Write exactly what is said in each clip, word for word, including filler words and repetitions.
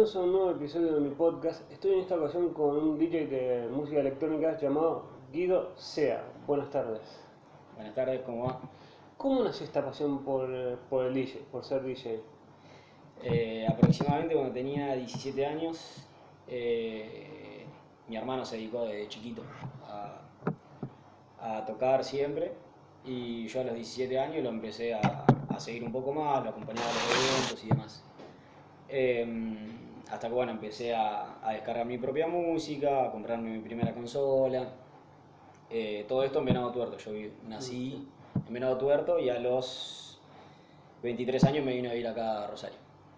bienvenidos a un nuevo episodio de mi podcast. Estoy en esta ocasión con un D J de música electrónica llamado Guido Sea. Buenas tardes. Buenas tardes, ¿cómo va? ¿Cómo nació esta pasión por, por el D J, por ser D J? Eh, aproximadamente cuando tenía diecisiete años, eh, mi hermano se dedicó desde chiquito a, a tocar siempre y yo a los diecisiete años lo empecé a, a seguir un poco más, lo acompañaba a los eventos y demás. Eh, hasta que bueno, empecé a, a descargar mi propia música, a comprarme mi primera consola. Eh, todo esto en Venado Tuerto. Yo vi- nací en Venado Tuerto y a los veintitrés años me vine a vivir acá a Rosario.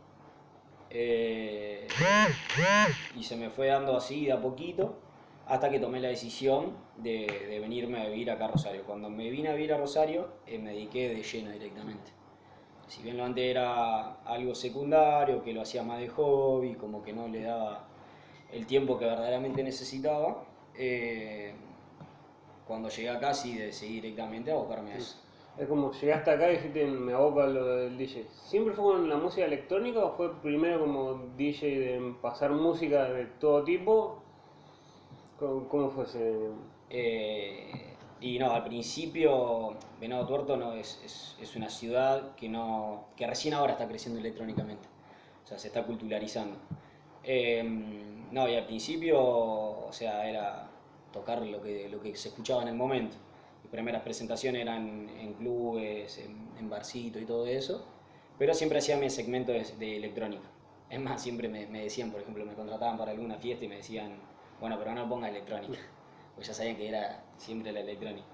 Eh, y se me fue dando así de a poquito hasta que tomé la decisión de, de venirme a vivir acá a Rosario. Cuando me vine a vivir a Rosario, eh, me dediqué de lleno directamente. Si bien lo antes era algo secundario, que lo hacía más de hobby, como que no le daba el tiempo que verdaderamente necesitaba, eh, cuando llegué acá sí decidí directamente abocarme a eso. Es como llegaste acá y dijiste me aboco a lo del D J. ¿Siempre fue con la música electrónica o fue primero como D J de pasar música de todo tipo? ¿Cómo, cómo fue ese...? Eh, y no, al principio Venado Tuerto no, es, es, es una ciudad que, no, que recién ahora está creciendo electrónicamente, o sea, se está culturalizando. Eh, no, y al principio, o sea, era tocar lo que, lo que se escuchaba en el momento. Mis primeras presentaciones eran en clubes, en, en barcitos y todo eso, pero siempre hacía mi segmento de, de electrónica. Es más, siempre me, me decían, por ejemplo, me contrataban para alguna fiesta y me decían, bueno, pero no ponga electrónica, pues ya sabían que era siempre la electrónica.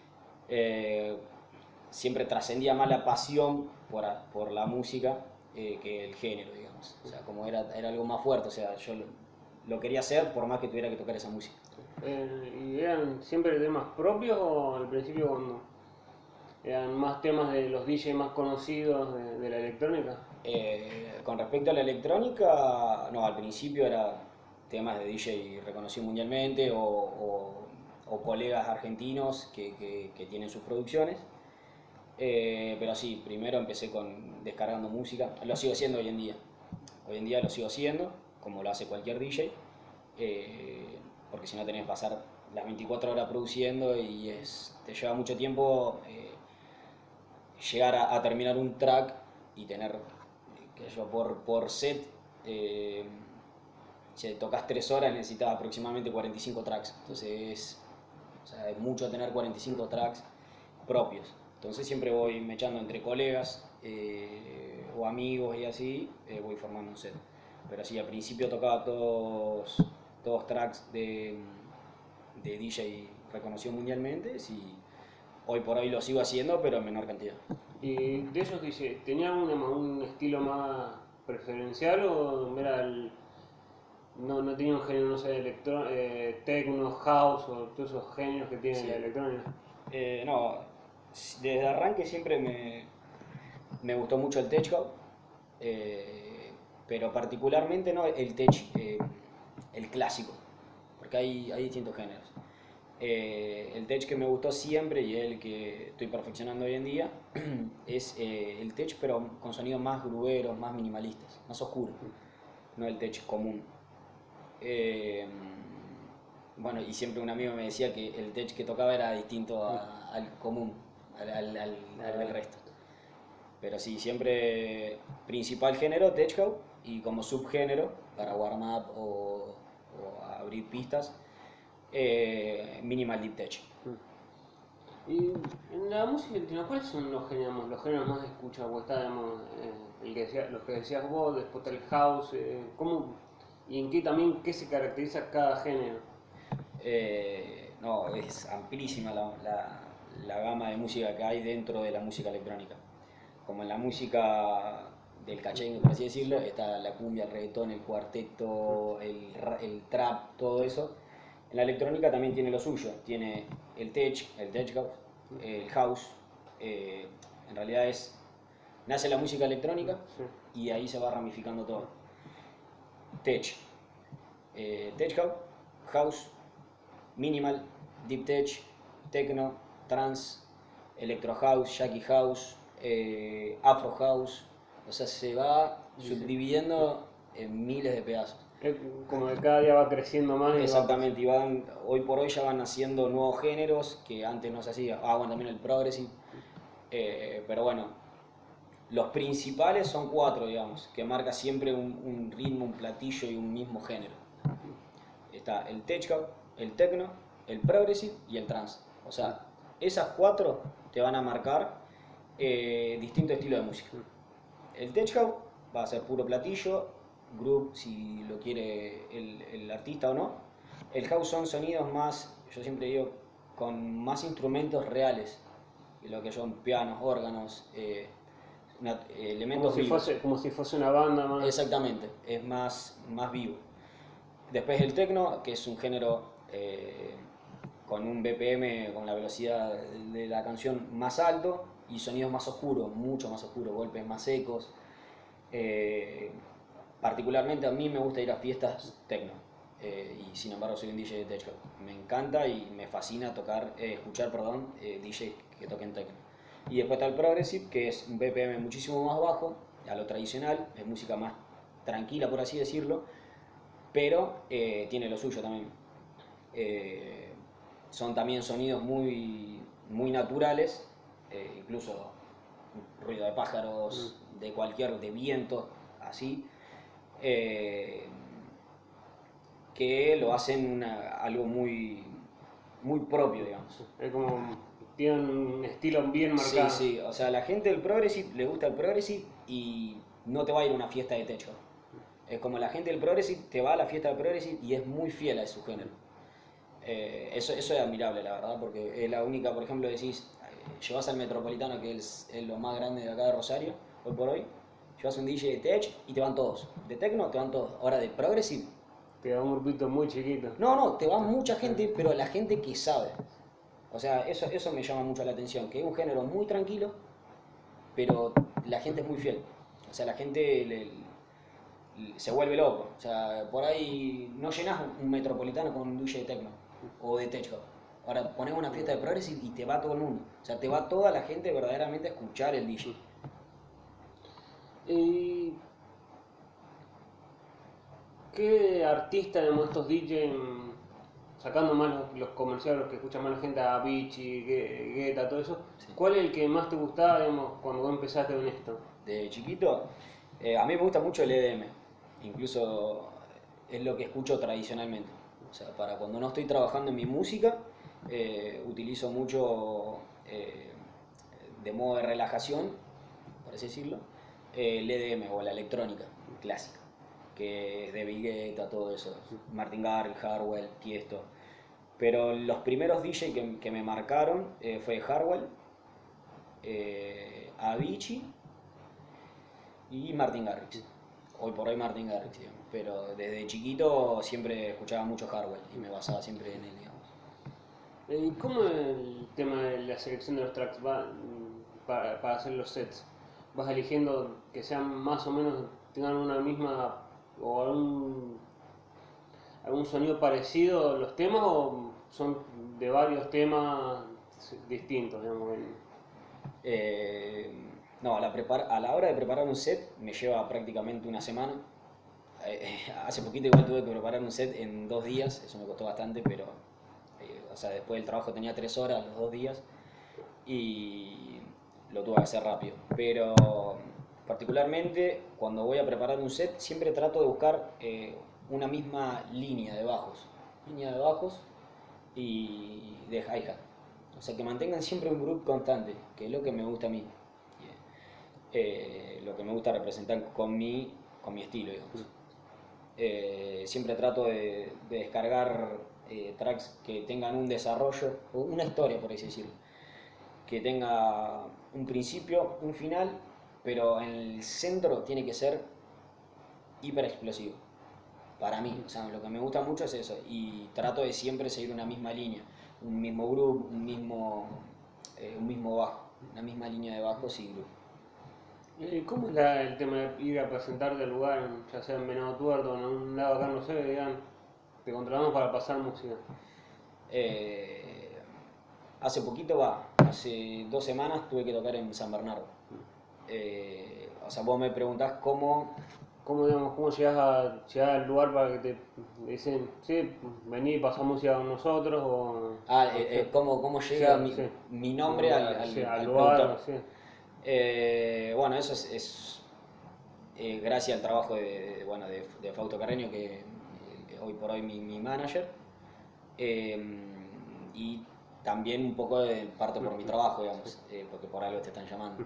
Eh, Siempre trascendía más la pasión por, por la música eh, que el género, digamos. O sea, como era, era algo más fuerte, o sea, yo lo, lo quería hacer por más que tuviera que tocar esa música. Eh, ¿Y eran siempre temas propios o al principio cuando eran más temas de los D J más conocidos de, de la electrónica? Eh, con respecto a la electrónica, no, al principio era temas de D J reconocidos mundialmente o, o, o colegas argentinos que, que, que tienen sus producciones. Eh, pero sí, primero empecé con descargando música, lo sigo haciendo hoy en día. Hoy en día lo sigo haciendo, como lo hace cualquier D J, eh, porque si no tenés que pasar las veinticuatro horas produciendo y es, te lleva mucho tiempo eh, llegar a, a, terminar un track y tener, que yo, por, por set, eh, si tocas tres horas necesitas aproximadamente cuarenta y cinco tracks. Entonces es, o sea, es mucho tener cuarenta y cinco tracks propios. Entonces siempre voy me echando entre colegas eh, o amigos y así, eh, voy formando un set. Pero sí, al principio tocaba todos, todos tracks de, de D J reconocido mundialmente y hoy por hoy lo sigo haciendo, pero en menor cantidad. Y de esos D J, ¿tenían un, un estilo más preferencial o era el, no, no tenía un género, no sé, electro, eh, techno, house o todos esos géneros que tiene la Sí. electrónica? Eh, no, desde arranque siempre me, me gustó mucho el tech house, eh, pero particularmente no el tech, eh, el clásico, porque hay, hay distintos géneros. Eh, el tech que me gustó siempre y el que estoy perfeccionando hoy en día es eh, el tech, pero con sonidos más gruberos, más minimalistas, más oscuros, no el tech común. Eh, bueno, y siempre un amigo me decía que el tech que tocaba era distinto a- al común, al, al- al- al del resto. Pero sí, siempre principal género, tech house, y como subgénero, para warm up o, o abrir pistas, eh, minimal deep tech. Y en la música electrónica, ¿cuáles son los géneros, los géneros más escuchados? Pues está, digamos, eh, el que decía, los que decías vos, después está el house, eh, ¿cómo, y en qué también, qué se caracteriza cada género? Eh, no, es amplísima la, la, la gama de música que hay dentro de la música electrónica. Como en la música del cachengue, por así decirlo, está la cumbia, el reggaetón, el cuarteto, el, el trap, todo eso. En la electrónica también tiene lo suyo, tiene el tech, el tech house, el house, eh, en realidad es, nace la música electrónica Sí. y ahí se va ramificando todo. Tech, eh, tech house, house, minimal, deep tech, techno, trance, electro house, jackie house, eh, afro house, o sea, se va Dice, subdividiendo en miles de pedazos. Es como que cada día va creciendo más y va... Exactamente, y van, hoy por hoy ya van naciendo nuevos géneros que antes no se hacía. Ah, bueno, también el progressive. Eh, pero bueno, los principales son cuatro, digamos, que marca siempre un, un ritmo, un platillo y un mismo género. Está el tech house, el techno, el progressive y el trance. O sea, esas cuatro te van a marcar eh, distintos estilos de música. El tech house va a ser puro platillo, groove si lo quiere el, el artista o no. El house son sonidos más, yo siempre digo, con más instrumentos reales, lo que son pianos, órganos, eh, una- Como elementos si vivos. fuese, como si fuese una banda más... Exactamente, es más, más vivo. Después el techno, que es un género eh, con un B P M, con la velocidad de la canción más alto y sonidos más oscuros, mucho más oscuros, golpes más secos. Eh, Particularmente a mí me gusta ir a fiestas techno eh, y sin embargo soy un D J de techno. Me encanta y me fascina tocar, eh, escuchar perdón, eh, D Js que toquen techno. Y después está el progressive, que es un B P M muchísimo más bajo, a lo tradicional, es música más tranquila por así decirlo, pero eh, tiene lo suyo también. Eh, Son también sonidos muy, muy naturales, eh, incluso ruido de pájaros, de cualquier, de viento, así, eh, que lo hacen una- algo muy, muy propio, digamos. Es como... Tienen un estilo bien Sí, marcado. sí, o sea, la gente del progressive le gusta el progressive y no te va a ir a una fiesta de techo. Es como la gente del progressive te va a la fiesta del progressive y es muy fiel a su género. Eh, eso, eso es admirable, la verdad, porque es la única, por ejemplo, decís, eh, llevas al Metropolitano, que es, es lo más grande de acá de Rosario, hoy por hoy, llevas un D J de tech y te van todos. De techno te van todos. Ahora de progressive, Te da un grupito muy chiquito. no, no, te va mucha gente, pero la gente que sabe. O sea, eso, eso me llama mucho la atención, que es un género muy tranquilo, pero la gente es muy fiel. O sea, la gente le- le- se vuelve loco. O sea, por ahí no llenas un metropolitano con un D J de techno o de techno. Ahora pones una fiesta de progressive y te va todo el mundo. O sea, te va toda la gente verdaderamente a escuchar el D J. ¿Y qué artista de estos D J, sacando más los, los comerciales, los que escucha más la gente, Avicii, Gue- Guetta, todo eso, Sí. cuál es el que más te gustaba, digamos, cuando vos empezaste con esto? De chiquito, eh, a mí me gusta mucho el E D M. Incluso es lo que escucho tradicionalmente. O sea, para cuando no estoy trabajando en mi música, eh, utilizo mucho eh, de modo de relajación, por así decirlo, eh, el E D M o la electrónica clásica, que es de Guetta, todo eso, Martin Garrix, Hardwell, Tiesto. Pero los primeros D J que, que me marcaron eh, fue Hardwell, eh, Avicii y Martin Garrix. Hoy por hoy Martin Garrix, digamos. Pero desde chiquito siempre escuchaba mucho Hardwell y me basaba siempre en él, digamos. ¿Y cómo es el tema de la selección de los tracks va, mm, para, para hacer los sets? ¿Vas eligiendo que sean más o menos, tengan una misma o algún, algún sonido parecido los temas o son de varios temas distintos, digamos? Eh, no, a la, prepar- a la hora de preparar un set me lleva prácticamente una semana. Eh, hace poquito igual tuve que preparar un set en dos días, eso me costó bastante, pero eh, o sea, después del trabajo tenía tres horas los dos días y lo tuve que hacer rápido. Pero particularmente cuando voy a preparar un set siempre trato de buscar eh, una misma línea de bajos, línea de bajos y de hi-hat. O sea, que mantengan siempre un groove constante, que es lo que me gusta a mí. Eh, lo que me gusta representar con mi, con mi estilo, digamos. Eh, siempre trato de, de descargar eh, tracks que tengan un desarrollo, o una historia, por así decirlo. Que tenga un principio, un final, pero en el centro tiene que ser hiper explosivo. Para mí, o sea, lo que me gusta mucho es eso. Y trato de siempre seguir una misma línea, un mismo groove, un mismo, eh, un mismo bajo, una misma línea de bajos y groove. ¿Y cómo es la- el tema de ir a presentarte al lugar, en- ya sea en Venado Tuerto o en un lado acá, no sé, digan, te contratamos para pasar música? Eh, Hace poquito va, hace dos semanas tuve que tocar en San Bernardo. Eh, o sea, vos me preguntás cómo, ¿Cómo, digamos, cómo llegas, a, llegas al lugar para que te dicen, sí, vení, pasá música con nosotros? O, Ah, o eh, sea, eh, ¿cómo, cómo llega llegar, mi, sí, mi tu nombre al, nombre, sí, al- al al lugar, productor? sí. Eh, bueno, eso es, es, eh, gracias al trabajo de, de- bueno, de, de Fausto Carreño, que eh, hoy por hoy mi, mi manager, eh, y también un poco de parte por mi trabajo, Sí. digamos, eh, porque por algo te están llamando.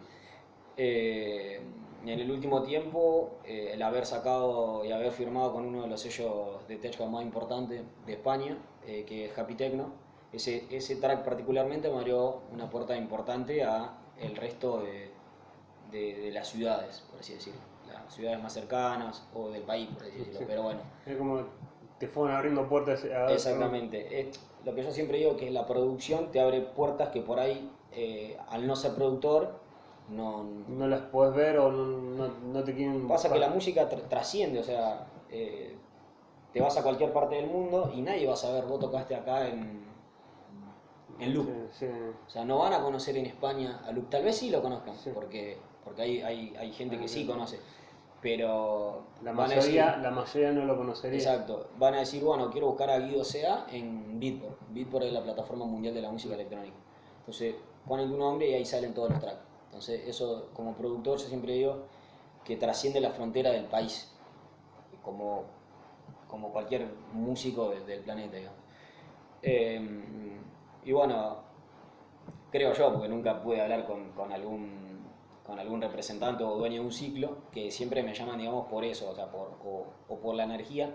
Eh, en el último tiempo, eh, el haber sacado y haber firmado con uno de los sellos de techno más importantes de España, eh, que es Happy Techno, ese, ese track particularmente me abrió una puerta importante a el resto de, de, de las ciudades, por así decirlo, las ciudades más cercanas o del país, por así decirlo. Sí. Pero bueno, Es como te fueron abriendo puertas a ver, perdón. exactamente. Es lo que yo siempre digo, que la producción te abre puertas que por ahí, eh, al no ser productor, no, No las puedes ver o no, no, no te quieren pasa que la buscar. música tr- trasciende, o sea, eh, te vas a cualquier parte del mundo y nadie va a saber, vos tocaste acá en, en Loop. Sí, sí, O sea, no van a conocer en España a Loop. Tal vez sí lo conozcan, sí. porque, porque hay, hay, hay gente Ah, que sí que conoce. Pero La van a decir, mayoría, la mayoría no lo conocería. exacto, van a decir, bueno, quiero buscar a Guido Sea en Beatport. Beatport es la plataforma mundial de la música electrónica. Entonces, ponen tu nombre y ahí salen todos los tracks. Entonces, eso como productor yo siempre digo que trasciende la frontera del país, como, como cualquier músico de- del planeta, digamos. Eh, y bueno, creo yo, porque nunca pude hablar con, con algún con algún representante o dueño de un ciclo, que siempre me llaman, digamos, por eso, o sea, por, o, o por la energía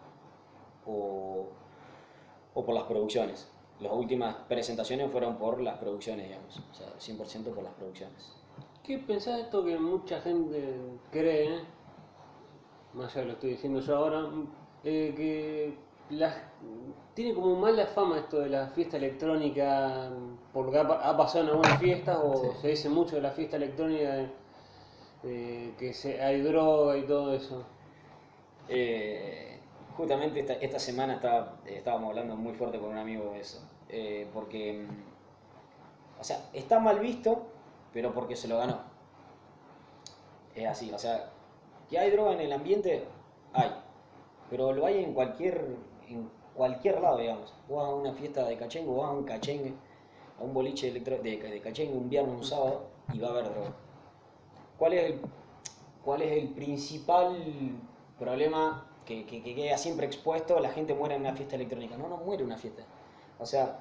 o, o por las producciones. Las últimas presentaciones fueron por las producciones, digamos, o sea, cien por ciento por las producciones. ¿Qué pensás de esto que mucha gente cree, más allá de lo estoy diciendo yo ahora, eh, que las- tiene como mala fama esto de la fiesta electrónica, porque ha, pa- ha pasado en algunas fiestas Sí. o se dice mucho de la fiesta electrónica, eh, que se, hay droga y todo eso? Eh, justamente esta, esta semana estaba, estábamos hablando muy fuerte con un amigo de eso, eh, porque, mm, o sea, está mal visto, pero porque se lo ganó. Es así, o sea, que hay droga en el ambiente, hay, pero lo hay en cualquier, en cualquier lado, digamos. Vos vas a una fiesta de cachengue, vos vas a un cachengue, a un boliche electro, de, de cachengue un viernes, un sábado, y va a haber droga. ¿Cuál es el, cuál es el principal problema que, que, que queda siempre expuesto? La gente muere en una fiesta electrónica. No, no muere en una fiesta. O sea,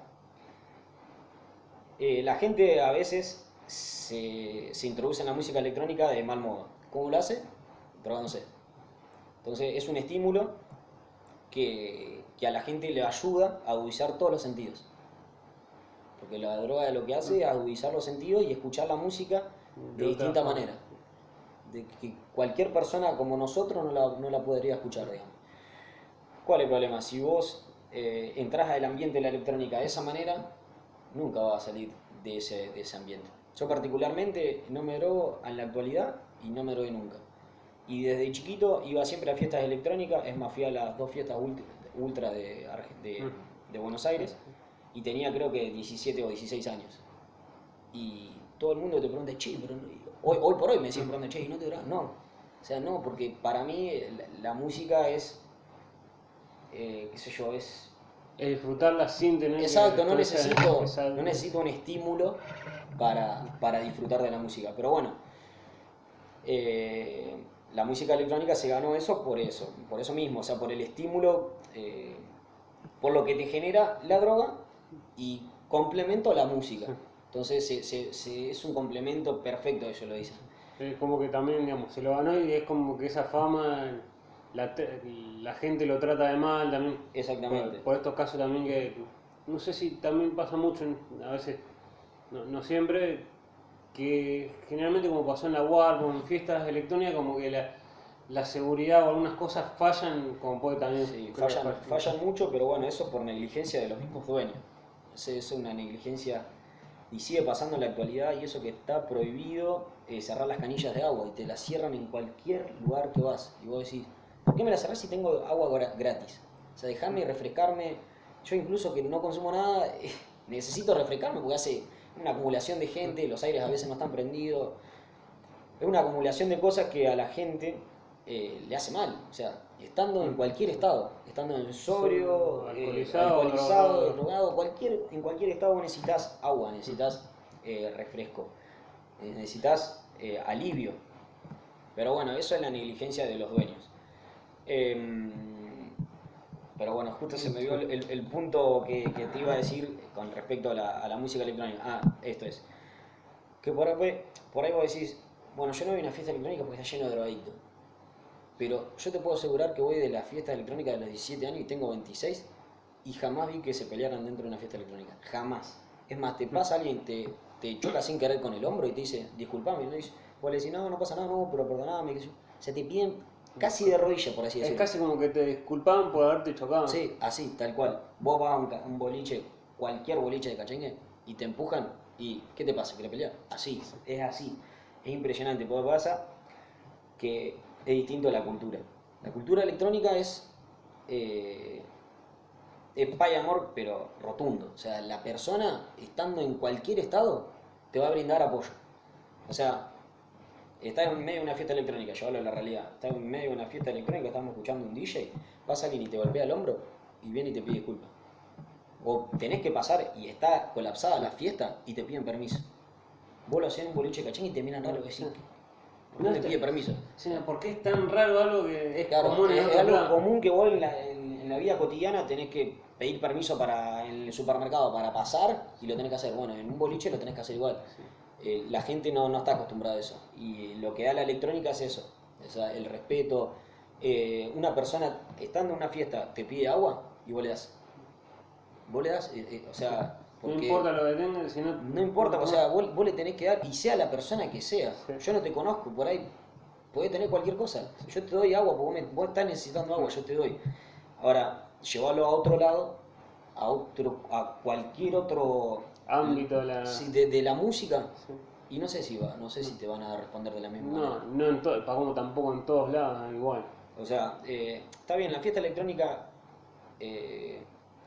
eh, la gente a veces se, se introduce en la música electrónica de mal modo. ¿Cómo lo hace? Drogándose. Entonces es un estímulo que, que a la gente le ayuda a agudizar todos los sentidos. Porque la droga lo que hace es agudizar los sentidos y escuchar la música De de otra distinta forma. manera. De que cualquier persona como nosotros no la, no la podría escuchar, digamos. ¿Cuál es el problema? Si vos eh, entras al ambiente de la electrónica de esa manera, nunca vas a salir de ese, de ese ambiente. Yo particularmente no me drogo en la actualidad y no me drogué nunca. Y desde chiquito iba siempre a fiestas electrónicas, es más, fui a las dos fiestas ultra de, de, de Buenos Aires y tenía creo que diecisiete o dieciséis años. Y todo el mundo te pregunta, che, pero no- hoy, hoy por hoy me siguen preguntando, che, ¿y no te drogas? No. O sea, no, porque para mí la, la música es, eh, qué sé yo, es... Es disfrutarla sin tener que, Exacto, no con esa, necesito, esa, no necesito un estímulo para, para disfrutar de la música. Pero bueno, eh, la música electrónica se ganó eso por eso, por eso mismo, o sea, por el estímulo, eh, por lo que te genera la droga y complemento a la música. Entonces se, se- se- es un complemento perfecto, ellos lo dicen. es como que también, digamos, se lo ganó y es como que esa fama, la, te- la gente lo trata de mal también, por, Exactamente. por estos casos también que, no sé si también pasa mucho, en- a veces, no, no siempre, que generalmente como pasó en la Warp o en fiestas electrónicas, como que la, la seguridad o algunas cosas fallan, como puede también, Sí, creo que fallan, fallar. fallan mucho, pero bueno, eso por negligencia de los mismos dueños. Eso es una negligencia y sigue pasando en la actualidad y eso que está prohibido, eh, cerrar las canillas de agua y te las cierran en cualquier lugar que vas. Y vos decís, ¿por qué me las cerrás si tengo agua gra- gratis? O sea, dejame refrescarme. Yo incluso que no consumo nada, eh, necesito refrescarme porque hace una acumulación de gente, los aires a veces no están prendidos. Es una acumulación de cosas que a la gente eh, le hace mal. O sea, estando en cualquier estado, estando en sobrio, eh, alcoholizado, alcoholizado, drogado. drogado, cualquier, en cualquier estado necesitas agua, necesitas eh, refresco, eh, necesitas eh, alivio. Pero bueno, eso es la negligencia de los dueños. Em, pero bueno, justo se me vio el, el- el punto que, que te iba a decir con respecto a la, a la música electrónica. Ah, esto es. Que por ahí, por ahí vos decís, bueno, yo no voy a una fiesta electrónica porque está lleno de drogadictos. Pero yo te puedo asegurar que voy de la fiesta electrónica de los diecisiete años y tengo veintiséis y jamás vi que se pelearan dentro de una fiesta electrónica. Jamás. Es más, te pasa alguien, te, te choca sin querer con el hombro y te dice, disculpame, ¿no? Y vos le decís, no, no pasa nada, no, pero perdoname. O sea, te piden casi de rodillas, por así Es decirlo. casi como que te disculpaban por haberte chocado. Sí, así, tal cual. Vos vas a un, un boliche, cualquier boliche de cachengue, y te empujan, y ¿qué te pasa? ¿Quieres pelear? Así, es así. Es impresionante. Porque pasa que es distinto a la cultura. La cultura electrónica es, eh, es paz y amor, pero rotundo. O sea, la persona, estando en cualquier estado, te va a brindar apoyo. O sea, estás en medio de una fiesta electrónica, yo hablo de la realidad, estás en medio de una fiesta electrónica, estamos escuchando un D J, pasa alguien y te golpea el hombro y viene y te pide disculpas. O tenés que pasar y está colapsada la fiesta y te piden permiso. Vos lo hacés en un boliche cachín y te miran raro y decís, ¿por qué No no te está- pide permiso? Sí, ¿por qué es tan raro algo que es Claro, común en es, es otros algo lados? común que vos en la, en- en la vida cotidiana tenés que pedir permiso para en el supermercado para pasar y lo tenés que hacer. Bueno, en un boliche lo tenés que hacer igual. Eh, la gente no, no está acostumbrada a eso. Y lo que da la electrónica es eso. O sea, el respeto. Eh, una persona estando en una fiesta te pide agua y vos le das. Vos le das, eh, eh, o sea, No porque importa lo que tengas, si no no importa, o tomar. sea, vos, vos le tenés que dar, y sea la persona que sea. Sí. Yo no te conozco, por ahí podés tener cualquier cosa. Yo te doy agua porque vos, me- vos estás necesitando agua, yo te doy. Ahora, llevarlo a otro lado, a otro, a cualquier otro Ámbito de la. sí, de, de la música, Sí. y no sé si va, no sé si te van a responder de la misma No, manera. no en todo, como tampoco en todos lados, igual. O sea, eh, está bien, la fiesta electrónica eh,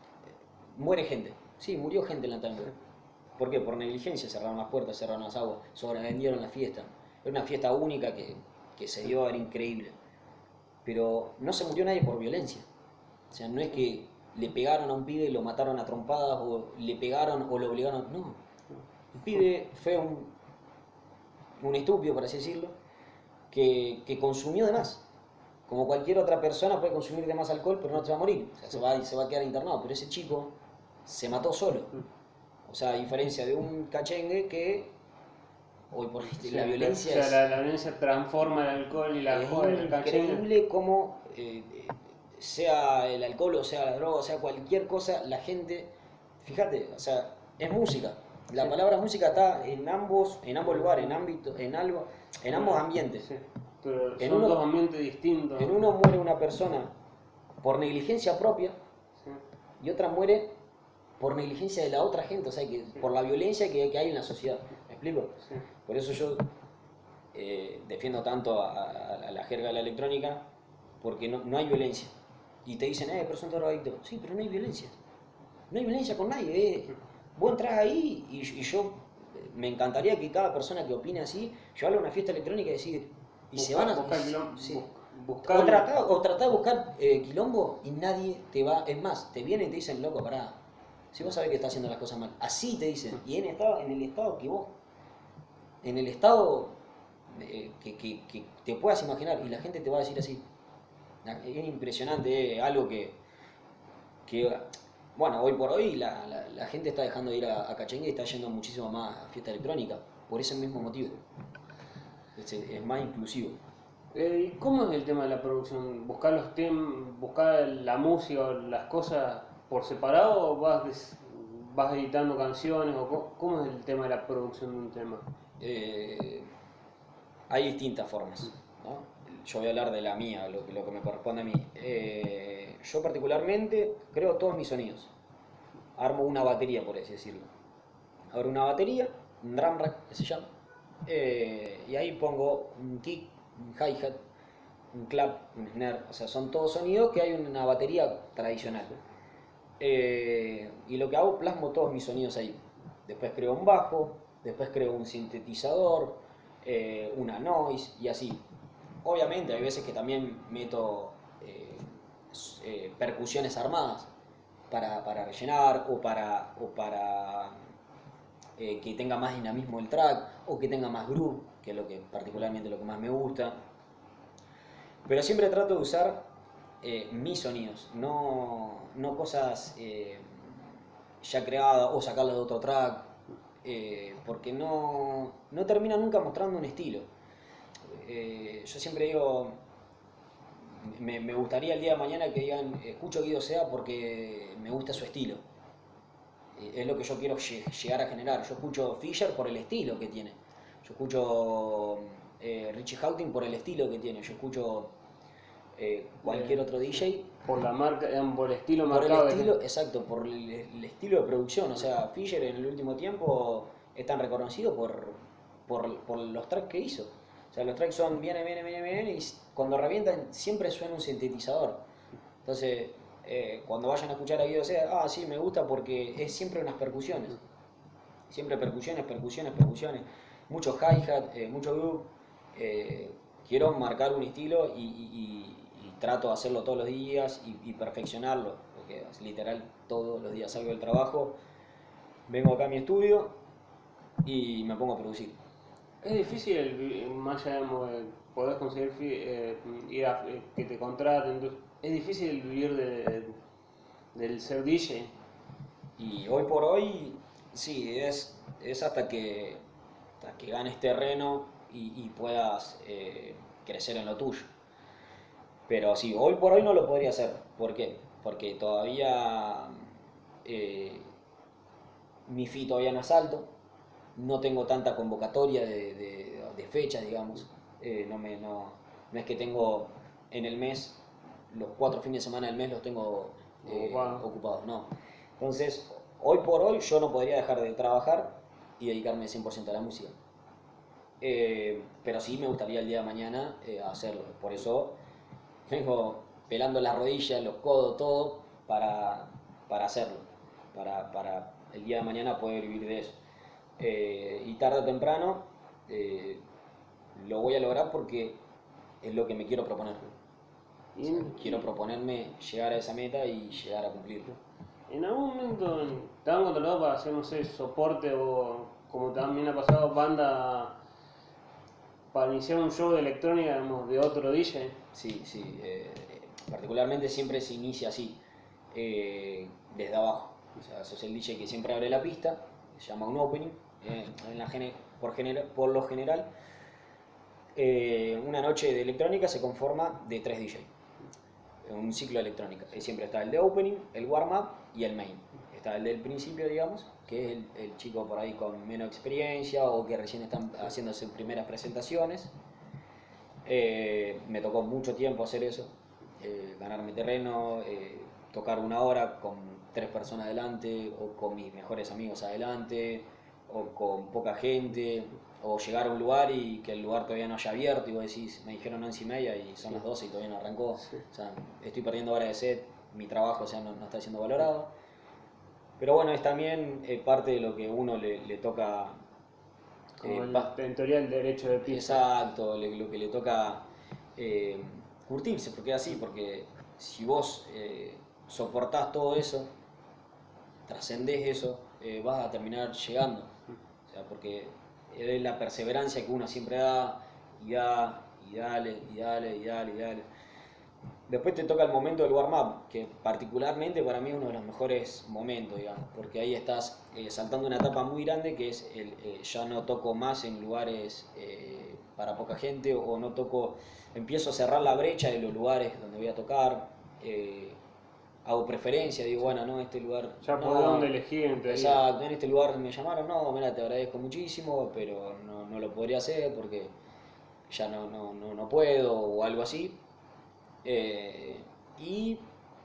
muere gente. Sí, murió gente en la Tango. ¿Por qué? Por negligencia, cerraron las puertas, cerraron las aguas, sobrevendieron la fiesta. Era una fiesta única que, que se dio, era increíble. Pero no se murió nadie por violencia. O sea, no es que le pegaron a un pibe y lo mataron a trompadas, o le pegaron o lo obligaron. No. El pibe fue un, un estúpido, por así decirlo, que, que consumió de más. Como cualquier otra persona puede consumir de más alcohol, pero no se va a morir. O sea, se va, se va a quedar internado. Pero ese chico se mató solo. O sea, a diferencia de un cachengue que hoy por hoy Sí, la que- o violencia sea, la, es, la violencia transforma el alcohol y la es joda y la cachenga. increíble cómo, eh, eh, sea el alcohol o sea la droga o sea cualquier cosa, la gente, fíjate, o sea, es música. La Sí. palabra música está en ambos, en ambos lugares, en, ámbito, en, algo, en ambos Bueno, ambientes. sí. Pero En son dos uno, ambientes distintos. en uno muere una persona por negligencia propia Sí, y otra muere por negligencia de la otra gente, o sea, que, sí, por la violencia que, que hay en la sociedad. ¿Me explico? sí. Por eso yo eh, defiendo tanto a, a- a la jerga de la electrónica, porque no, no hay violencia. Y te dicen, eh, pero son drogadictos. Sí, pero no hay violencia. No hay violencia con nadie. Eh. Vos entrás ahí y, y yo eh, me encantaría que cada persona que opine así, yo hablo a una fiesta electrónica y decir, y se van Buscar, a... buscar, y- quilom- sí. bus- O buscar. tratá, o tratá de buscar eh, quilombo y nadie te va... Es más, te vienen y te dicen, loco, pará. Si vos sabés que estás haciendo las cosas mal. Así te dicen. Y en, estado, en el estado que vos... En el estado eh, que, que- que te puedas imaginar. Y la gente te va a decir así. Es impresionante, eh, algo que, que, bueno, hoy por hoy la, la- la gente está dejando de ir a, a cachengue y está yendo muchísimo más a fiesta electrónica, por ese mismo motivo. Es, es más inclusivo. Eh, ¿y cómo es el tema de la producción? ¿Buscar los temas, buscar la música o las cosas por separado o vas, des- vas editando canciones? O co- ¿cómo es el tema de la producción de un tema? Eh, Hay distintas formas, ¿no? Yo voy a hablar de la mía, lo, que- lo que me corresponde a mí. Eh, yo particularmente creo todos mis sonidos. Armo una batería, por así decirlo. Abro una batería, un drum rack que se llama, eh, y ahí pongo un kick, un hi-hat, un clap, un snare, o sea, son todos sonidos que hay en una batería tradicional. Eh, y lo que hago, plasmo todos mis sonidos ahí. Después creo un bajo, después creo un sintetizador, eh, una noise y así. Obviamente hay veces que también meto eh, s- eh, percusiones armadas para, para rellenar o para, o para eh, que tenga más dinamismo el track o que tenga más groove, que es lo que particularmente lo que más me gusta. Pero siempre trato de usar eh, mis sonidos, no, no cosas eh, ya creadas o sacarlas de otro track, eh, porque no, no termina nunca mostrando un estilo. Eh, yo siempre digo, me, me gustaría el día de mañana que digan, escucho Guido Sea porque me gusta su estilo. Eh, Es lo que yo quiero llegar a generar. Yo escucho Fisher por el estilo que tiene. Yo escucho eh, Richie Houghton por el estilo que tiene. Yo escucho eh, cualquier Eh, otro sí. D J Por la marca, eh, por el estilo por el marcado que estilo, tiene. exacto, por el, el estilo de producción. O sea, Fisher en el último tiempo es tan reconocido por, por, por los tracks que hizo. O sea, los tracks son viene, viene, viene, viene y cuando revientan siempre suena un sintetizador. Entonces, eh, cuando vayan a escuchar a Guido Sea, ah, sí, me gusta porque es siempre unas percusiones. Siempre percusiones, percusiones, percusiones. Mucho hi-hat, eh, mucho groove. Eh, quiero marcar un estilo y, y- y- y trato de hacerlo todos los días y, y perfeccionarlo. Porque es literal todos los días salgo del trabajo, vengo acá a mi estudio y me pongo a producir. Es difícil, el vi- más allá de poder conseguir fi- eh, ir a, eh, que te contraten, entonces, es difícil el vivir de, del ser D J. Y hoy por hoy, sí, es, es hasta que, hasta que ganes terreno y, y puedas eh, crecer en lo tuyo. Pero sí, hoy por hoy no lo podría hacer. ¿Por qué? Porque todavía eh, mi fee todavía no es alto, no tengo tanta convocatoria de, de- de fechas, digamos. Eh, no, me, no, no es que tengo en el mes, los cuatro fines de semana del mes los tengo eh, Ocupado. ocupados, no. Entonces, hoy por hoy yo no podría dejar de trabajar y dedicarme cien por ciento a la música. Eh, pero sí me gustaría el día de mañana eh, hacerlo. Por eso vengo pelando las rodillas, los codos, todo para, para hacerlo, para, para el día de mañana poder vivir de eso. Eh, y tarde o temprano eh, lo voy a lograr porque es lo que me quiero proponer. O Y, sea, en- quiero y proponerme llegar a esa meta y llegar a cumplirlo. en algún momento te han contratado para hacer, no sé, soporte o como también ha pasado, banda para iniciar un show de electrónica, digamos, de otro D J. Sí, sí, eh, particularmente siempre se inicia así, eh, desde abajo. O sea, sos el D J que siempre abre la pista, se llama un opening, eh, en la gene- por, gener- por lo general. Eh, una noche de electrónica se conforma de tres D J, un ciclo de electrónica. Eh, Siempre está el de opening, el warm-up y el main. Está el del principio, digamos, que es el, el chico por ahí con menos experiencia o que recién están haciendo sus primeras presentaciones. Eh, me tocó mucho tiempo hacer eso, eh, ganarme terreno, eh, tocar una hora con tres personas adelante, o con mis mejores amigos adelante, o con poca gente, o llegar a un lugar y que el lugar todavía no haya abierto y vos decís, me dijeron once y media y son Sí, las doce y todavía no arrancó. sí. O sea, estoy perdiendo horas de set, mi trabajo, o sea, no, no está siendo valorado. Pero bueno, es también eh, parte de lo que uno le, le toca. Como eh, el, pa- en teoría el derecho de pista. Exacto, le- lo que le toca eh, curtirse, porque es así, porque si vos eh, soportás todo eso, trascendés eso, eh, vas a terminar llegando. O sea, porque es la perseverancia que uno siempre da, y da, y dale, y dale, y dale, y dale. Después te toca el momento del warm-up, que particularmente para mí es uno de los mejores momentos, digamos, porque ahí estás eh, saltando una etapa muy grande que es el eh, ya no toco más en lugares eh, para poca gente o no toco, empiezo a cerrar la brecha de los lugares donde voy a tocar, eh, hago preferencia, digo, Sí. bueno, no, este lugar, Ya podés dónde no, elegir en teoría. exacto, en este lugar me llamaron, no, mira, te agradezco muchísimo, pero no, no lo podría hacer porque ya no, no, no, no puedo o algo así. Eh, y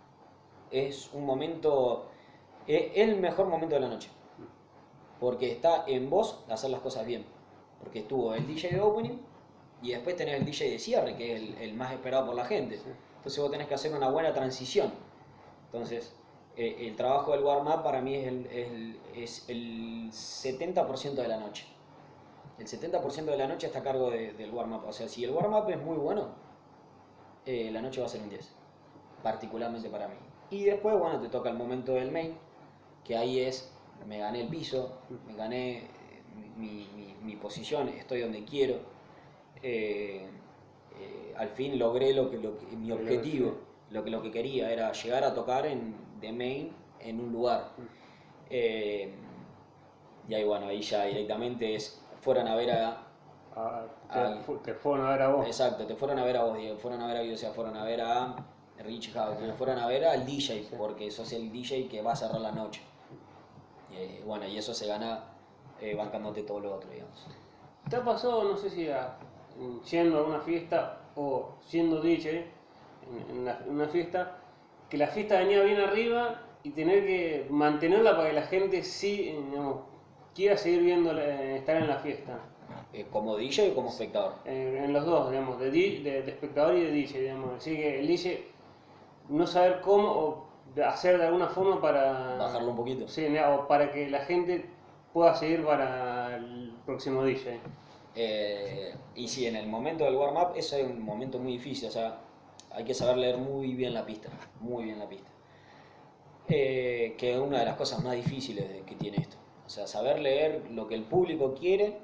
es un momento, es el mejor momento de la noche, porque está en vos hacer las cosas bien. Porque estuvo el D J de opening y después tenés el D J de cierre, que es el, el más esperado por la gente. Sí. Entonces vos tenés que hacer una buena transición. Entonces, eh, el trabajo del warm-up para mí es el, el- es el setenta por ciento de la noche. El setenta por ciento de la noche está a cargo de- del warm-up. O sea, si el warm-up es muy bueno, eh, la noche va a ser un diez, particularmente para mí. Y después, bueno, te toca el momento del main, que ahí es, me gané el piso, me gané eh, mi, mi- mi posición, estoy donde quiero. Eh, eh, Al fin logré lo que, lo que- mi Sí, lo que objetivo, sí. lo que, lo que quería era llegar a tocar en, de main en un lugar. Eh, y ahí, bueno, ahí ya directamente es, fueron a ver a, Ah, te, a- fu- te fueron a ver a vos. exacto, te fueron a ver a vos, Diego, fueron a ver a Guido, o sea, fueron a ver a Rich House, te fueron a ver al D J, Sí. porque sos el D J que va a cerrar la noche. Eh, bueno, y eso se gana eh, bancándote todo lo otro, digamos. ¿Te ha pasado, no sé si a- yendo a una fiesta o siendo D J en, en la- en una fiesta, que la fiesta venía bien arriba y tener que mantenerla para que la gente sí, eh, digamos, quiera seguir viendo, la- estar en la fiesta? Eh, como D J o como espectador. Eh, en los dos, digamos, de, di- de- de espectador y de D J, digamos. Así que el D J no saber cómo o de hacer de alguna forma para, Bajarlo un poquito. sí, o para que la gente pueda seguir para el próximo D J. Eh, y sí, en el momento del warm-up, eso es un momento muy difícil, o sea, hay que saber leer muy bien la pista, muy bien la pista. Eh, que es una de las cosas más difíciles de- que tiene esto. O sea, saber leer lo que el público quiere,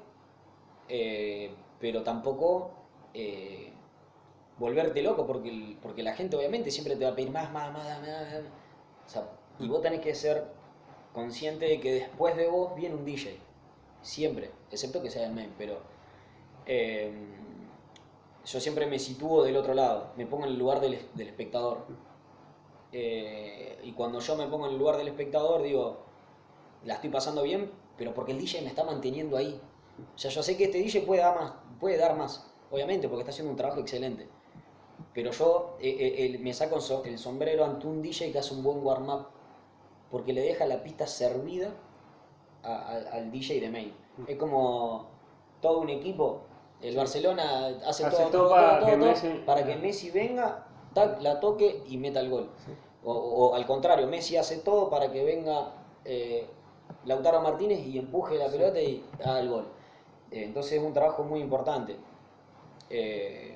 eh, pero tampoco eh, volverte loco, porque, el- porque la gente obviamente siempre te va a pedir más, más, más, más, más. O sea, y vos tenés que ser consciente de que después de vos viene un D J, siempre, excepto que sea el main, pero eh, yo siempre me sitúo del otro lado, me pongo en el lugar del, del espectador. Eh, y cuando yo me pongo en el lugar del espectador, digo, la estoy pasando bien, pero porque el D J me está manteniendo ahí. O sea, yo sé que este D J puede dar más, puede dar más, obviamente, porque está haciendo un trabajo excelente. Pero yo eh, eh, el- me saco so- el sombrero ante un D J que hace un buen warm-up, porque le deja la pista servida a- a- al D J de main. Es como todo un equipo. El Sí. Barcelona hace Hace todo, todo todo, todo, para que todo, todo, Messi. para que Messi venga, tac, la toque y meta el gol. Sí. O, o al contrario, Messi hace todo para que venga eh, Lautaro Martínez y empuje la Sí. pelota y haga el gol. Eh, entonces es un trabajo muy importante. Eh,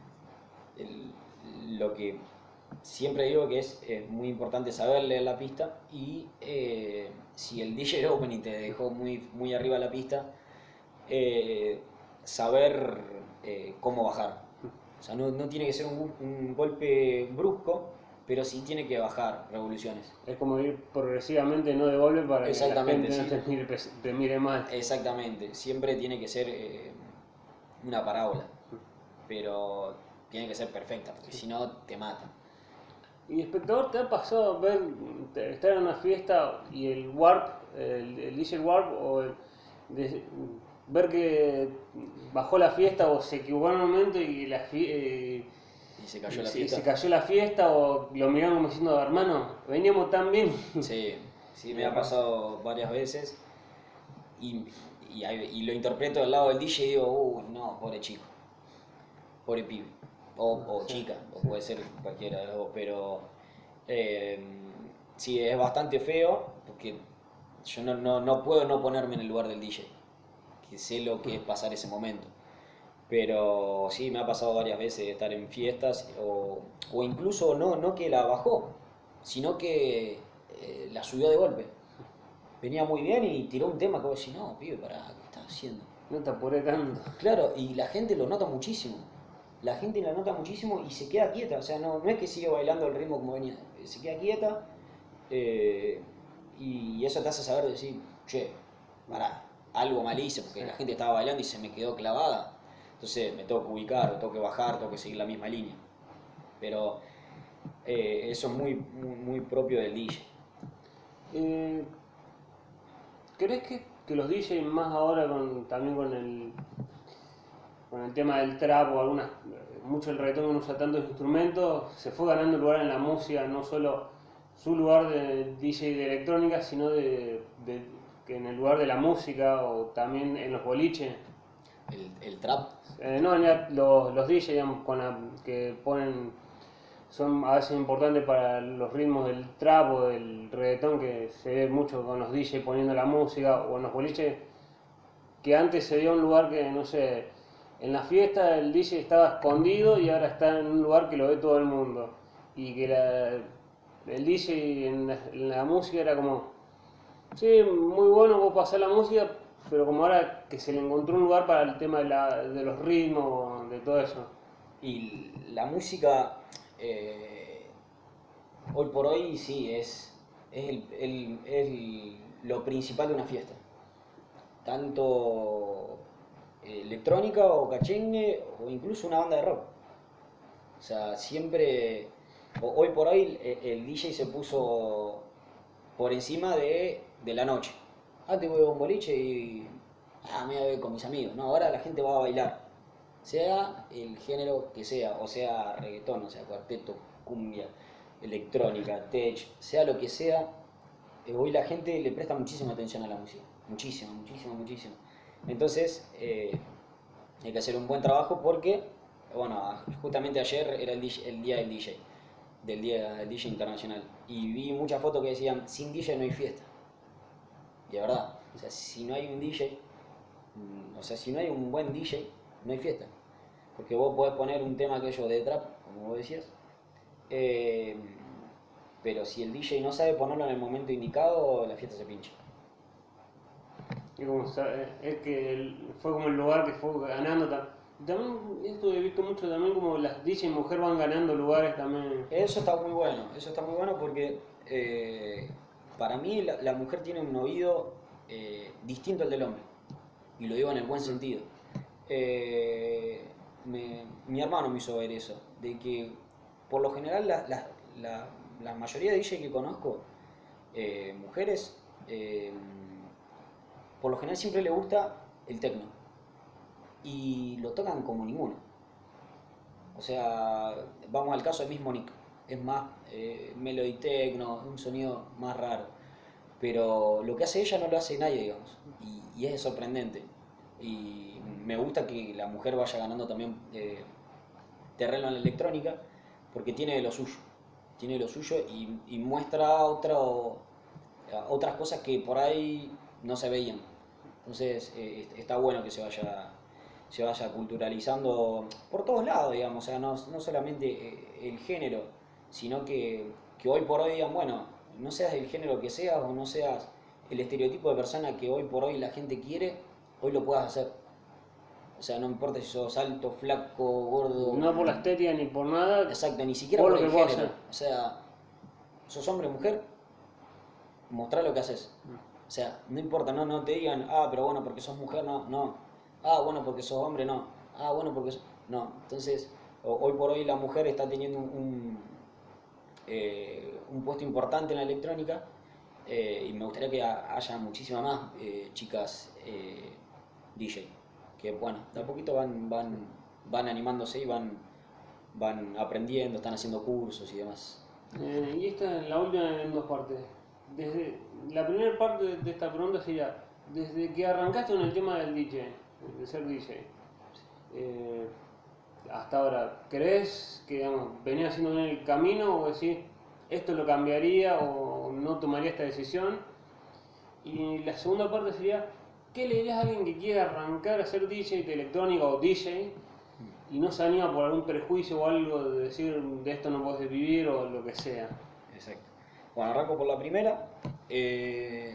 el- lo que siempre digo que es eh, muy importante saber leer la pista y eh, si el D J Opening te dejó muy, muy arriba la pista, eh, saber eh, cómo bajar. O sea, no, no tiene que ser un, un golpe brusco, pero sí tiene que bajar revoluciones. Es como ir progresivamente, no de golpe, para que la Exactamente, gente no sí. te mire, te mire mal. Exactamente. Siempre tiene que ser eh, una parábola, pero tiene que ser perfecta, porque si no te mata. Y espectador, ¿te ha pasado ver, te- estar en una fiesta y el warp, el, el D J warp, o el- de- ver que bajó la fiesta o se equivocó en un momento y, la fi- eh, Y se cayó y la se, y se fiesta. cayó la fiesta, o lo miraron como diciendo, hermano, veníamos tan bien? Sí, sí, Y me ha después, pasado varias veces y, y, y lo interpreto del lado del D J y digo, uy, no, pobre chico, pobre pibe, o, o sí, chica, o sí. puede ser cualquiera de los dos, pero eh, sí, es bastante feo porque yo no, no, no puedo no ponerme en el lugar del D J, que sé lo que es pasar ese momento. Pero sí, me ha pasado varias veces estar en fiestas o, o incluso no, no que la bajó, sino que eh, la subió de golpe. Venía muy bien y tiró un tema que vos decís, no, pibe, pará, ¿qué estás haciendo? No te apuré tanto. Claro, y la gente lo nota muchísimo. La gente lo nota muchísimo y se queda quieta. O sea, no, no es que sigue bailando el ritmo como venía, se queda quieta eh, y eso te hace saber decir, che, pará, algo mal hice porque Sí. la gente estaba bailando y se me quedó clavada. Entonces me tengo que ubicar, tengo que bajar, tengo que seguir la misma línea. Pero eh, eso es muy, muy, muy propio del D J. Eh, ¿Crees que, que los D J más ahora con, también con el, con el tema del trap o algunas, mucho el reggaetón que no usa tantos instrumentos, se fue ganando lugar en la música, no solo su lugar de D J de electrónica, sino de, de- que en el lugar de la música o también en los boliches? El, el trap, Eh, no, ya los, los D J, digamos, con la- que ponen, son a veces importantes para los ritmos del trap o del reggaetón, que se ve mucho con los D J poniendo la música o en los boliches. que antes se veía un lugar que, no sé, en la fiesta el D J estaba escondido y ahora está en un lugar que lo ve todo el mundo. Y que la, el D J en la, en la música era como, sí, muy bueno vos pasar la música, pero como ahora que se le encontró un lugar para el tema de, la, de los ritmos, de todo eso. Y la música, eh, hoy por hoy, sí, es, es, el- el- el- lo principal de una fiesta. Tanto eh, electrónica o cachengue o incluso una banda de rock. O sea, siempre, o- hoy por hoy el, el D J se puso por encima de, de la noche. Antes voy a un boliche y ah, me voy a ver con mis amigos. No, ahora la gente va a bailar. Sea el género que sea, o sea reggaetón, o sea cuarteto, cumbia, electrónica, tech, sea lo que sea, eh, hoy la gente le presta muchísima atención a la música. Muchísimo, muchísimo, muchísimo. Entonces, eh, hay que hacer un buen trabajo porque, bueno, justamente ayer era el, D J el día del D J, del día del D J internacional. Y vi muchas fotos que decían, sin D J no hay fiesta. Y de verdad, o sea, si no hay un D J, mm, o sea, si no hay un buen D J, no hay fiesta. Porque vos podés poner un tema aquello de trap, como vos decías, eh, pero si el D J no sabe ponerlo en el momento indicado, la fiesta se pincha. Y como es que el- fue como el lugar que fue ganando. También esto he visto mucho también como las D J mujer van ganando lugares también. Eso está muy bueno, eso está muy bueno porque eh, para mí la, la mujer tiene un oído eh, distinto al del hombre, y lo digo en el buen sentido. Eh, me- mi hermano me hizo ver eso, de que por lo general la, la- la- la mayoría de D J que conozco, eh, mujeres, eh, por lo general siempre le gusta el techno y lo tocan como ninguno. O sea, vamos al caso del mismo Nick. Es más eh, melody techno, un sonido más raro. Pero lo que hace ella no lo hace nadie, digamos. Y, y es sorprendente. Y me gusta que la mujer vaya ganando también eh, terreno en la electrónica, porque tiene de lo suyo. Tiene de lo suyo y, y muestra otro, otras cosas que por ahí no se veían. Entonces eh, está bueno que se vaya, se vaya culturalizando por todos lados, digamos, o sea, no, no solamente eh, el género, sino que, que hoy por hoy digan, bueno, no seas el género que seas o no seas el estereotipo de persona que hoy por hoy la gente quiere, hoy lo puedas hacer. O sea, no importa si sos alto, flaco, gordo, No por la estética ni por nada, exacto, ni siquiera vos por lo el que puedo género. hacer. O sea, sos hombre o mujer, mostrá lo que haces. O sea, no importa, no, no te digan, ah, pero bueno, porque sos mujer, no, no. Ah, bueno, porque sos hombre, no. Ah, bueno, porque sos... No, entonces, hoy por hoy la mujer está teniendo un, un, eh, un puesto importante en la electrónica, eh, y me gustaría que haya muchísimas más eh, chicas eh, D J. Que bueno, de a poquito van, van, van animándose y van, van aprendiendo, están haciendo cursos y demás. Eh, y esta es la última en dos partes. Desde, la primera parte de esta pregunta sería, desde que arrancaste con el tema del D J, de ser D J, eh, hasta ahora, ¿crees que digamos, venías haciendo bien el camino o decís, esto lo cambiaría o no tomaría esta decisión? Y la segunda parte sería, ¿qué le dirías a alguien que quiere arrancar a ser D J de electrónica o D J y no se anima por algún prejuicio o algo de decir de esto no puedes vivir o lo que sea? Exacto. Bueno, arranco por la primera. Eh,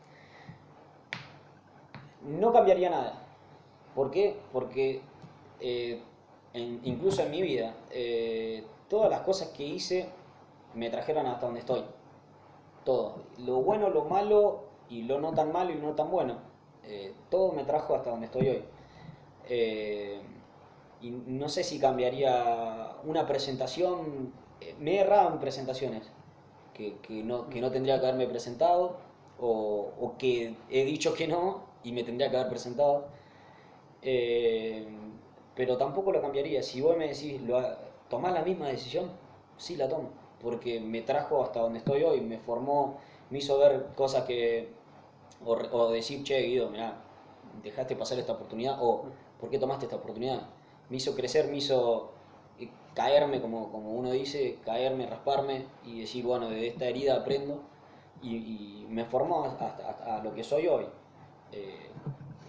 no cambiaría nada. ¿Por qué? Porque eh, en- incluso en mi vida, eh, todas las cosas que hice me trajeron hasta donde estoy. Todo. Lo bueno, lo malo y lo no tan malo y lo no tan bueno. Eh, todo me trajo hasta donde estoy hoy. Eh, y no sé si cambiaría una presentación. eh, Me he errado en presentaciones que, que no, que no tendría que haberme presentado, o, o que he dicho que no y me tendría que haber presentado. Eh, pero tampoco lo cambiaría. Si vos me decís, lo, ¿tomás la misma decisión? Sí, la tomo, porque me trajo hasta donde estoy hoy, me formó, me hizo ver cosas que, o, o decir, che, Guido, mirá, dejaste pasar esta oportunidad, o ¿por qué tomaste esta oportunidad? Me hizo crecer, me hizo eh, caerme, como, como uno dice, caerme, rasparme y decir, bueno, de esta herida aprendo, y, y me formó hasta, hasta, hasta lo que soy hoy. Eh,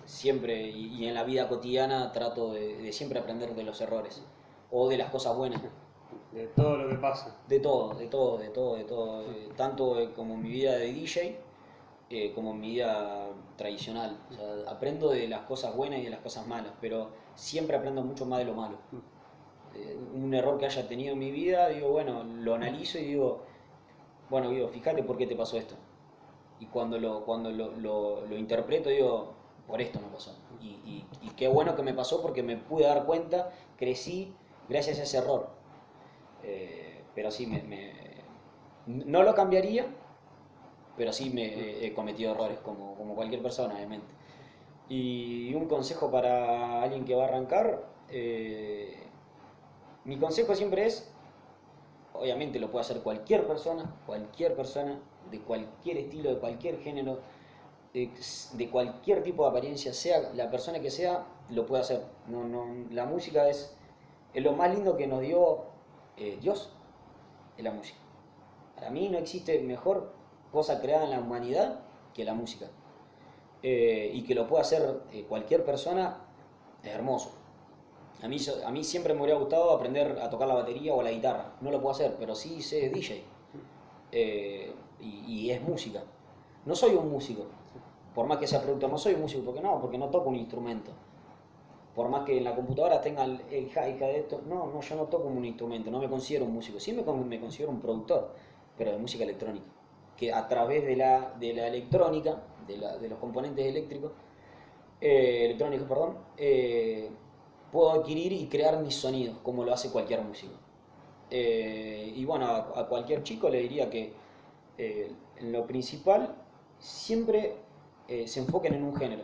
siempre, y, y en la vida cotidiana trato de, de siempre aprender de los errores o de las cosas buenas. De todo lo que pasa. De todo, de todo, de todo, de todo. eh, tanto eh, como en mi vida de D J, eh, como en mi vida tradicional. O sea, aprendo de las cosas buenas y de las cosas malas, pero siempre aprendo mucho más de lo malo. Eh, un error que haya tenido en mi vida, digo, bueno, lo analizo y digo, bueno, digo, fíjate por qué te pasó esto. Y cuando lo, cuando lo, lo, lo interpreto, digo, por esto me pasó. Y, y, y qué bueno que me pasó porque me pude dar cuenta, crecí gracias a ese error. Eh, pero sí, me, me- no lo cambiaría, pero sí me he cometido errores como, como cualquier persona, obviamente. Y un consejo para alguien que va a arrancar, eh, mi consejo siempre es, obviamente lo puede hacer cualquier persona, cualquier persona, de cualquier estilo, de cualquier género, de, de cualquier tipo de apariencia, sea la persona que sea, lo puede hacer. No, no, la música es, es lo más lindo que nos dio eh, Dios, es la música. Para mí no existe mejor cosa creada en la humanidad que la música. Eh, y que lo pueda hacer eh, cualquier persona es hermoso. A mí, a mí siempre me hubiera gustado aprender a tocar la batería o la guitarra. No lo puedo hacer, pero sí sé D J. Eh, y, y es música. No soy un músico. Por más que sea productor, no soy un músico. ¿Porque no? Porque no toco un instrumento. Por más que en la computadora tenga el, el hi-hat de esto. No, no, yo no toco un instrumento. No me considero un músico. Sí me, me considero un productor, pero de música electrónica. Que a través de la, de la electrónica, de, la, de los componentes eléctricos, eh, electrónicos, perdón, eh, puedo adquirir y crear mis sonidos, como lo hace cualquier músico. Eh, y bueno, a, a, cualquier chico le diría que eh, en lo principal siempre eh, se enfoquen en un género.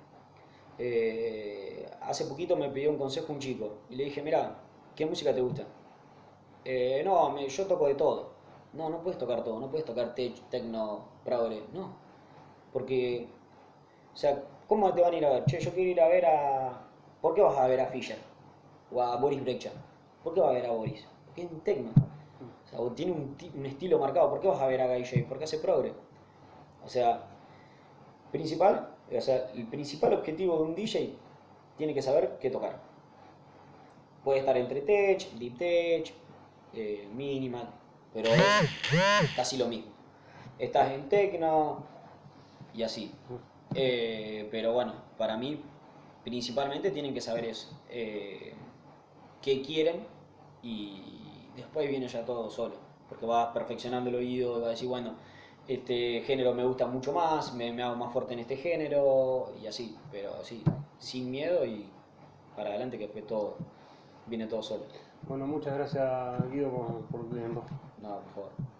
Eh, hace poquito me pidió un consejo un chico y le dije, mira, ¿qué música te gusta? Eh, no, me, yo toco de todo. No, no puedes tocar todo, no puedes tocar tech, techno, progre, no. Porque, o sea, ¿cómo te van a ir a ver? Che, yo quiero ir a ver a... ¿Por qué vas a ver a Fischer? O a Boris Brejcha. ¿Por qué vas a ver a Boris? Porque es un techno. O sea, o tiene un, un estilo marcado. ¿Por qué vas a ver a Guy J? Porque hace progre. O sea, principal, o sea, el principal objetivo de un D J tiene que saber qué tocar. Puede estar entre tech, deep tech, eh, minimal, pero es casi lo mismo. Estás en techno y así. Eh, pero bueno, para mí principalmente tienen que saber eso, eh, qué quieren y después viene ya todo solo, porque vas perfeccionando el oído y vas a decir, bueno, este género me gusta mucho más, me, me hago más fuerte en este género y así, pero sí, sin miedo y para adelante que después todo, viene todo solo. Bueno, muchas gracias Guido por, por tu tiempo. No, por favor.